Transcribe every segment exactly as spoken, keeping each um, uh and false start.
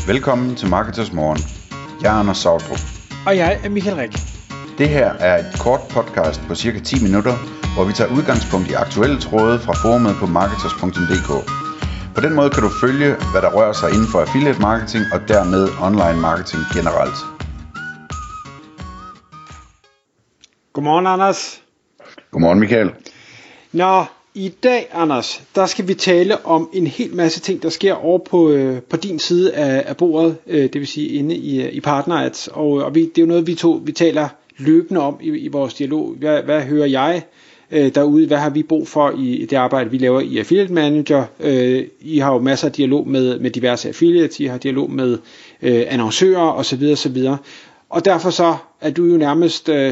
Velkommen til Marketers Morgen. Jeg er Anders Sautrup. Og jeg er Michael Rik. Det her er et kort podcast på cirka ti minutter, hvor vi tager udgangspunkt i aktuelle tråde fra forumet på marketers punktum d k. På den måde kan du følge, hvad der rører sig inden for affiliate marketing og dermed online marketing generelt. Godmorgen, Anders. Godmorgen, Michael. Nå, i dag, Anders, der skal vi tale om en hel masse ting, der sker over på, øh, på din side af, af bordet, øh, det vil sige inde i, i PartnerAds. Og, og vi, det er jo noget, vi to vi taler løbende om i, i vores dialog. Hvad, hvad hører jeg øh, derude? Hvad har vi brug for i, i det arbejde, vi laver i Affiliate Manager? Øh, I har jo masser af dialog med, med diverse affiliates, I har dialog med øh, annoncører osv. osv. Og derfor så er du jo nærmest øh,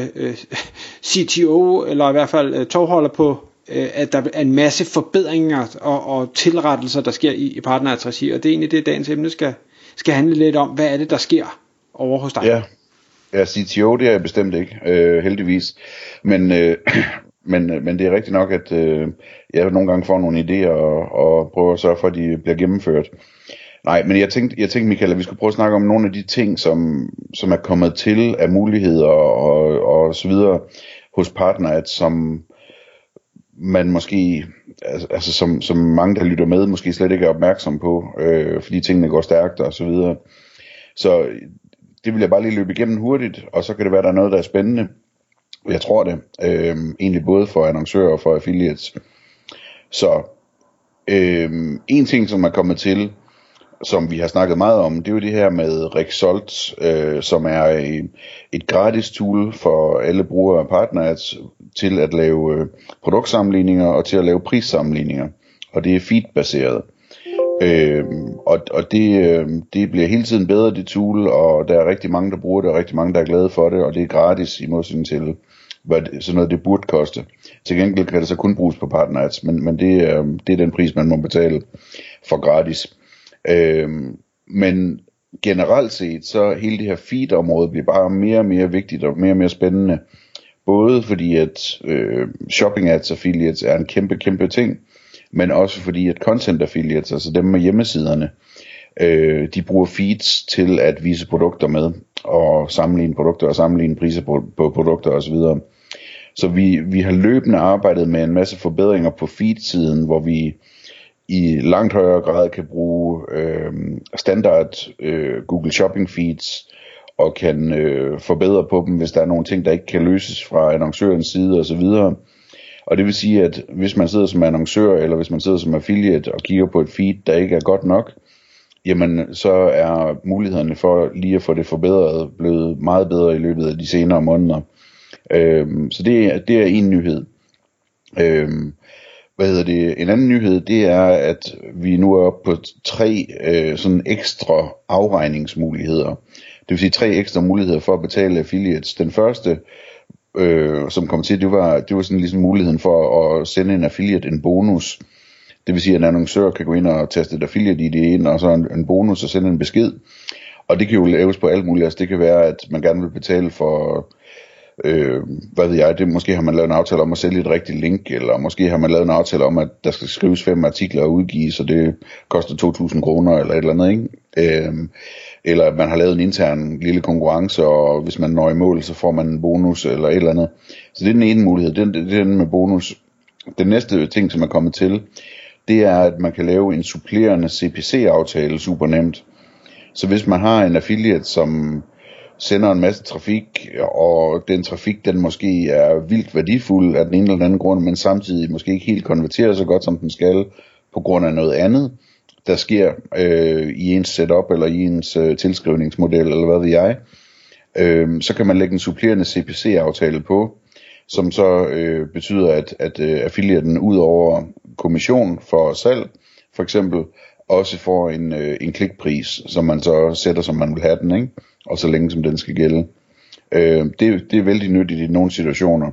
C T O, eller i hvert fald øh, tovholder på, at der er en masse forbedringer og, og tilrettelser, der sker i, i PartnerAds regi, og det er egentlig det, dagens emne skal, skal handle lidt om. Hvad er det, der sker over hos dig? Ja, ja C T O, det er jeg bestemt ikke, øh, heldigvis. Men, øh, men, men det er rigtigt nok, at øh, jeg nogle gange får nogle idéer og, og prøver at sørge for, at de bliver gennemført. Nej, men jeg tænkte, jeg tænkte Michael, at vi skulle prøve at snakke om nogle af de ting, som, som er kommet til af muligheder og, og så videre hos PartnerAds, som man måske, altså som, som mange der lytter med, måske slet ikke er opmærksom på, øh, fordi tingene går stærkt og så videre. Så det vil jeg bare lige løbe igennem hurtigt, og så kan det være, der er noget, der er spændende. Jeg tror det, øh, egentlig både for annoncører og for affiliates. Så øh, en ting, som er kommet til, som vi har snakket meget om, det er jo det her med Result, øh, som er et, et gratis tool for alle brugere af PartnerAds til at lave øh, produktsammenligninger og til at lave prissammenligninger. Og det er feed-baseret. Øh, og og det, øh, det bliver hele tiden bedre, det tool, og der er rigtig mange, der bruger det, og rigtig mange, der er glade for det, og det er gratis i modsætning til, hvad det, sådan noget det burde koste. Til gengæld kan det så kun bruges på PartnerAds, men, men det, øh, det er den pris, man må betale for gratis. Øhm, men generelt set så hele det her feed-område bliver bare mere og mere vigtigt og mere og mere spændende, både fordi at øh, shopping ads affiliates er en kæmpe kæmpe ting, men også fordi at content affiliates, altså dem med hjemmesiderne, øh, de bruger feeds til at vise produkter med og sammenligne produkter og sammenligne priser på, på produkter osv. Så vi, vi har løbende arbejdet med en masse forbedringer på feed-siden, hvor vi i langt højere grad kan bruge øh, standard øh, Google Shopping feeds og kan øh, forbedre på dem, hvis der er nogle ting, der ikke kan løses fra annoncørens side osv. Og det vil sige, at hvis man sidder som annoncør, eller hvis man sidder som affiliate og kigger på et feed, der ikke er godt nok, jamen så er mulighederne for lige at få det forbedret blevet meget bedre i løbet af de senere måneder. Øh, så det er, det er en nyhed. Øh, Hvad hedder det? En anden nyhed, det er, at vi nu er oppe på tre øh, sådan ekstra afregningsmuligheder. Det vil sige tre ekstra muligheder for at betale affiliates. Den første, øh, som kom til, det var, det var sådan ligesom muligheden for at sende en affiliate en bonus. Det vil sige, at en annoncør kan gå ind og taste et affiliate I D ind, og så en, en bonus og sende en besked. Og det kan jo laves på alt muligt. Altså det kan være, at man gerne vil betale for... Øh, hvad ved jeg, det, måske har man lavet en aftale om at sælge et rigtigt link, eller måske har man lavet en aftale om, at der skal skrives fem artikler og udgives, så det koster to tusind kroner eller et eller andet, ikke? Øh, eller at man har lavet en intern lille konkurrence, og hvis man når i mål, så får man en bonus eller et eller andet. Så det er den ene mulighed, det er, det er den med bonus. Den næste ting, som er kommet til, det er, at man kan lave en supplerende C P C-aftale super nemt. Så hvis man har en affiliate, som sender en masse trafik, og den trafik, den måske er vildt værdifuld af den ene eller anden grund, men samtidig måske ikke helt konverterer så godt, som den skal, på grund af noget andet, der sker øh, i ens setup, eller i ens øh, tilskrivningsmodel, eller hvad ved jeg, øh, så kan man lægge en supplerende C P C-aftale på, som så øh, betyder, at, at øh, affiliaten ud over kommission for salg, for eksempel, også får en, øh, en klikpris, som man så sætter, som man vil have den, ikke? Og så længe som den skal gælde. Øh, det, det er vældig nyttigt i nogle situationer.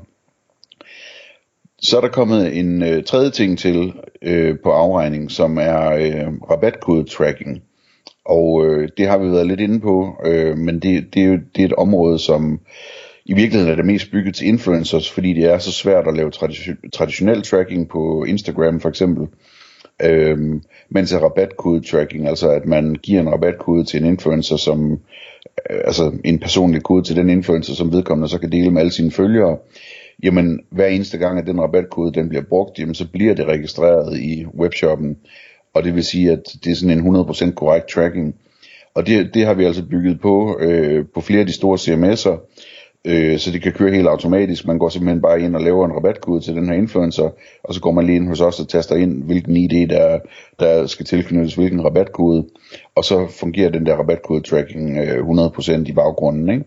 Så er der kommet en øh, tredje ting til øh, på afregning, som er øh, rabatkode-tracking. Og øh, det har vi været lidt inde på, øh, men det, det, er jo, det er et område, som i virkeligheden er det mest bygget til influencers, fordi det er så svært at lave tradition, traditionel tracking på Instagram for eksempel. Øhm, mens rabatkode-tracking, altså at man giver en rabatkode til en influencer, som øh, altså en personlig kode til den influencer, som vedkommende så kan dele med alle sine følgere, jamen hver eneste gang, at den rabatkode den bliver brugt, jamen så bliver det registreret i webshoppen, og det vil sige, at det er sådan en hundrede procent korrekt tracking, og det, det har vi altså bygget på øh, på flere af de store C M S'er, øh, så det kan køre helt automatisk. Man går simpelthen bare ind og laver en rabatkode til den her influencer, og så går man lige ind hos os og taster ind, hvilken I D der, der skal tilknyttes hvilken rabatkode, og så fungerer den der rabatkode-tracking øh, hundrede procent i baggrunden, ikke?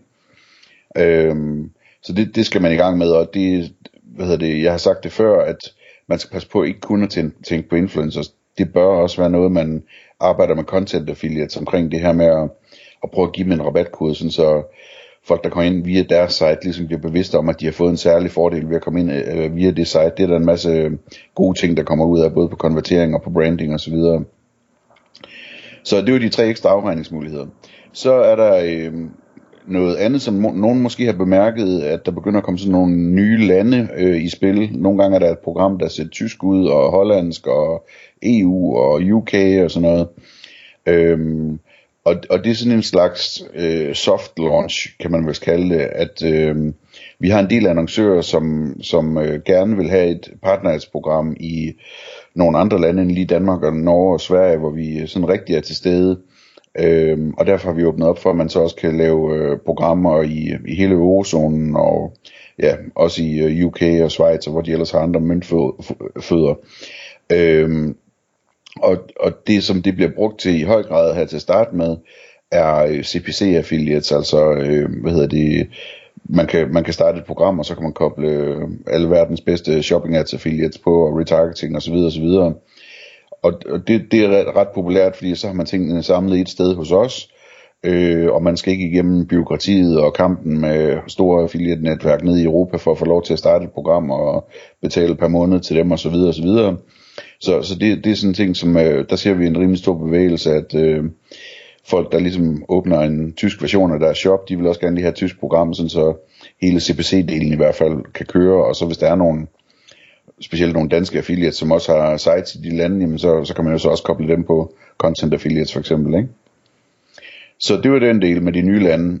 Øhm, så det, det skal man i gang med, og det, hvad hedder det, jeg har sagt det før, at man skal passe på ikke kun at tænke på influencers. Det bør også være noget, man arbejder med content affiliates omkring det her med at, at prøve at give dem en rabatkode, sådan så folk, der kommer ind via deres site, ligesom bliver bevidste om, at de har fået en særlig fordel ved at komme ind øh, via det site. Det er der en masse gode ting, der kommer ud af, både på konvertering og på branding osv. Så, så det er jo de tre ekstra afregningsmuligheder. Så er der øh, noget andet, som må, nogen måske har bemærket, at der begynder at komme sådan nogle nye lande øh, i spil. Nogle gange er der et program, der ser tysk ud, og hollandsk, og E U, og U K og sådan noget. Øhm, og, og det er sådan en slags øh, soft launch, kan man vel kalde det, at øh, vi har en del annoncører, som, som øh, gerne vil have et partnerhedsprogram i nogle andre lande end lige Danmark og Norge og Sverige, hvor vi sådan rigtig er til stede. Øhm, og derfor har vi åbnet op for, at man så også kan lave øh, programmer i, i hele eurozonen og ja, også i øh, U K og Schweiz, hvor de ellers har andre møntfødder. Øhm, og, og det, som det bliver brugt til i høj grad her til at starte med, er øh, C P C affiliates, altså øh, hvad hedder det, man kan, man kan starte et program, og så kan man koble øh, alle verdens bedste shopping ads affiliates på, og retargeting osv. osv. Og det, det er ret populært, fordi så har man tingene samlet et sted hos os, øh, og man skal ikke igennem byråkratiet og kampen med store affiliate-netværk nede i Europa for at få lov til at starte et program og betale per måned til dem osv. osv. Så, så det, det er sådan en ting, som øh, der ser vi en rimelig stor bevægelse, at øh, folk, der ligesom åbner en tysk version af deres shop, de vil også gerne lige have et tysk program, sådan så hele C P C-delen i hvert fald kan køre, og så hvis der er nogle specielt nogle danske affiliates, som også har sites i de lande, jamen så, så kan man jo så også koble dem på content affiliates for eksempel, ikke? Så det var den del med de nye lande.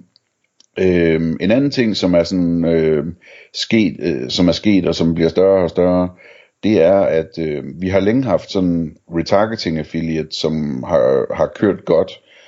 Øhm, en anden ting, som er sådan øh, sket, øh, som er sket og som bliver større og større, det er, at øh, vi har længe haft sådan retargeting affiliates, som har, har kørt godt,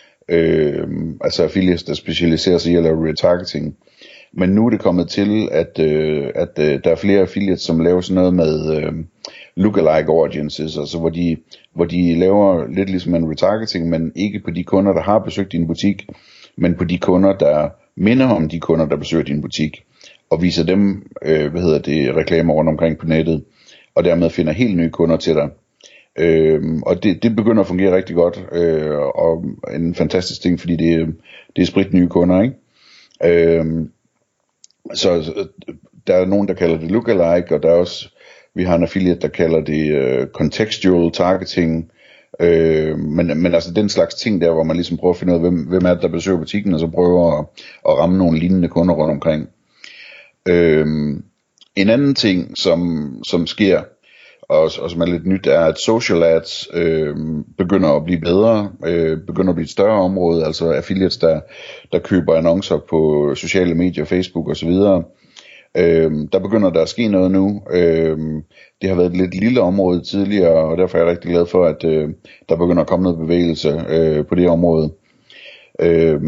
øh, altså affiliates, der specialiserer sig i at lave retargeting. Men nu er det kommet til, at, øh, at øh, der er flere affiliates, som laver sådan noget med øh, lookalike audiences, altså hvor de, hvor de laver lidt ligesom en retargeting, men ikke på de kunder, der har besøgt din butik, men på de kunder, der minder om de kunder, der besøger din butik, og viser dem, øh, hvad hedder det, reklamer rundt omkring på nettet, og dermed finder helt nye kunder til dig. Øh, og det, det begynder at fungere rigtig godt, øh, og en fantastisk ting, fordi det, det er sprit nye kunder, ikke? Øh, Så der er nogen, der kalder det lookalike, og der er også, vi har en affiliate, der kalder det uh, contextual targeting, uh, men, men altså den slags ting der, hvor man ligesom prøver at finde ud af, hvem, hvem er det, der besøger butikken, og så prøver at, at ramme nogle lignende kunder rundt omkring. Uh, en anden ting, som, som sker, og, og som er lidt nyt, er, at social ads øh, begynder at blive bedre, øh, begynder at blive et større område, altså affiliates, der, der køber annoncer på sociale medier, Facebook osv. Øh, der begynder der at ske noget nu. Øh, det har været et lidt lille område tidligere, og derfor er jeg rigtig glad for, at øh, der begynder at komme noget bevægelse øh, på det område. Øh,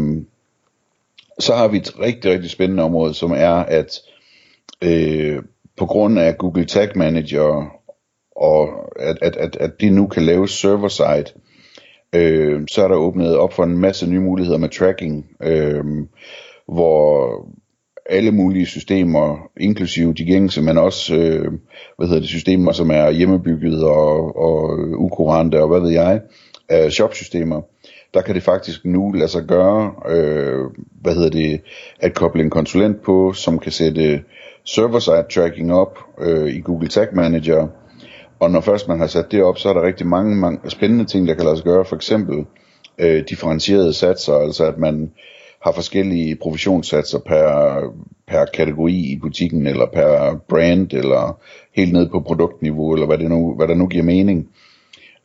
så har vi et rigtig, rigtig spændende område, som er, at øh, på grund af Google Tag Manager, og at, at, at, at de nu kan lave server-side, øh, så er der åbnet op for en masse nye muligheder med tracking, øh, hvor alle mulige systemer, inklusive de gængse, men også øh, hvad hedder det, systemer, som er hjemmebygget og, og ukurante og hvad ved jeg, øh, shopsystemer, der kan det faktisk nu lade sig gøre, øh, hvad hedder det, at koble en konsulent på, som kan sætte server-side tracking op øh, i Google Tag Manager. Og når først man har sat det op, så er der rigtig mange, mange spændende ting, der kan lade sig gøre. For eksempel øh, differentierede satser, altså at man har forskellige provisionssatser per, per kategori i butikken, eller per brand, eller helt ned på produktniveau, eller hvad, det nu, hvad der nu giver mening.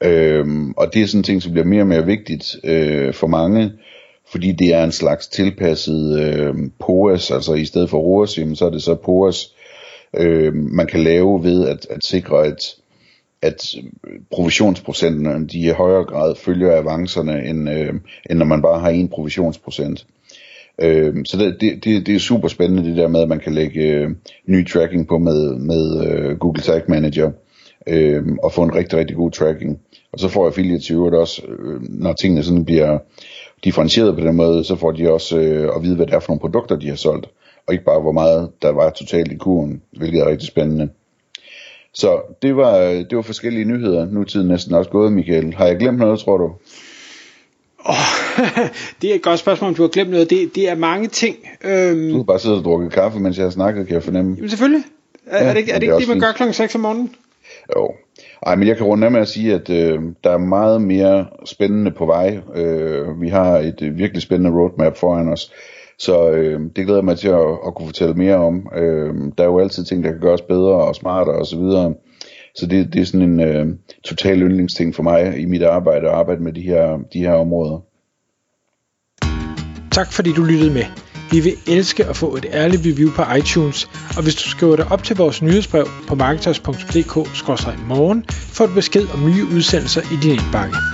Øhm, og det er sådan en ting, som bliver mere og mere vigtigt øh, for mange, fordi det er en slags tilpasset øh, P O A S, altså i stedet for R O A S, så er det så P O A S, øh, man kan lave ved at, at sikre, at, at provisionsprocenterne, de i højere grad følger avancerne, end, øh, end når man bare har en provisionsprocent. Øh, så det, det, det er super spændende det der med, at man kan lægge øh, ny tracking på med, med øh, Google Tag Manager, øh, og få en rigtig, rigtig god tracking. Og så får affiliates i øvrigt også, øh, når tingene sådan bliver differentieret på den måde, så får de også øh, at vide, hvad det er for nogle produkter, de har solgt, og ikke bare, hvor meget der var totalt i kurven, hvilket er rigtig spændende. Så det var, det var forskellige nyheder. Nu er tiden næsten også gået, Michael. Har jeg glemt noget, tror du? Oh, det er et godt spørgsmål, om du har glemt noget. Det, det er mange ting. Øhm... Du har bare siddet og drukket kaffe, mens jeg har snakket, kan jeg fornemme. Jamen selvfølgelig. Er, ja, er det ikke, er det, ikke det, man gør klokken seks om morgenen? Jo. Ej, men jeg kan runde af med at sige, at øh, der er meget mere spændende på vej. Øh, vi har et øh, virkelig spændende roadmap foran os. Så øh, det glæder jeg mig til at, at kunne fortælle mere om. Øh, der er jo altid ting, der kan gøres bedre og smartere osv. Så, så det, det er sådan en øh, total yndlingsting for mig i mit arbejde, at arbejde med de her, de her områder. Tak fordi du lyttede med. Vi vil elske at få et ærligt review på iTunes, og hvis du skriver dig op til vores nyhedsbrev på marketers punktum d k skråstreg morgen, får du besked om nye udsendelser i din indbakke.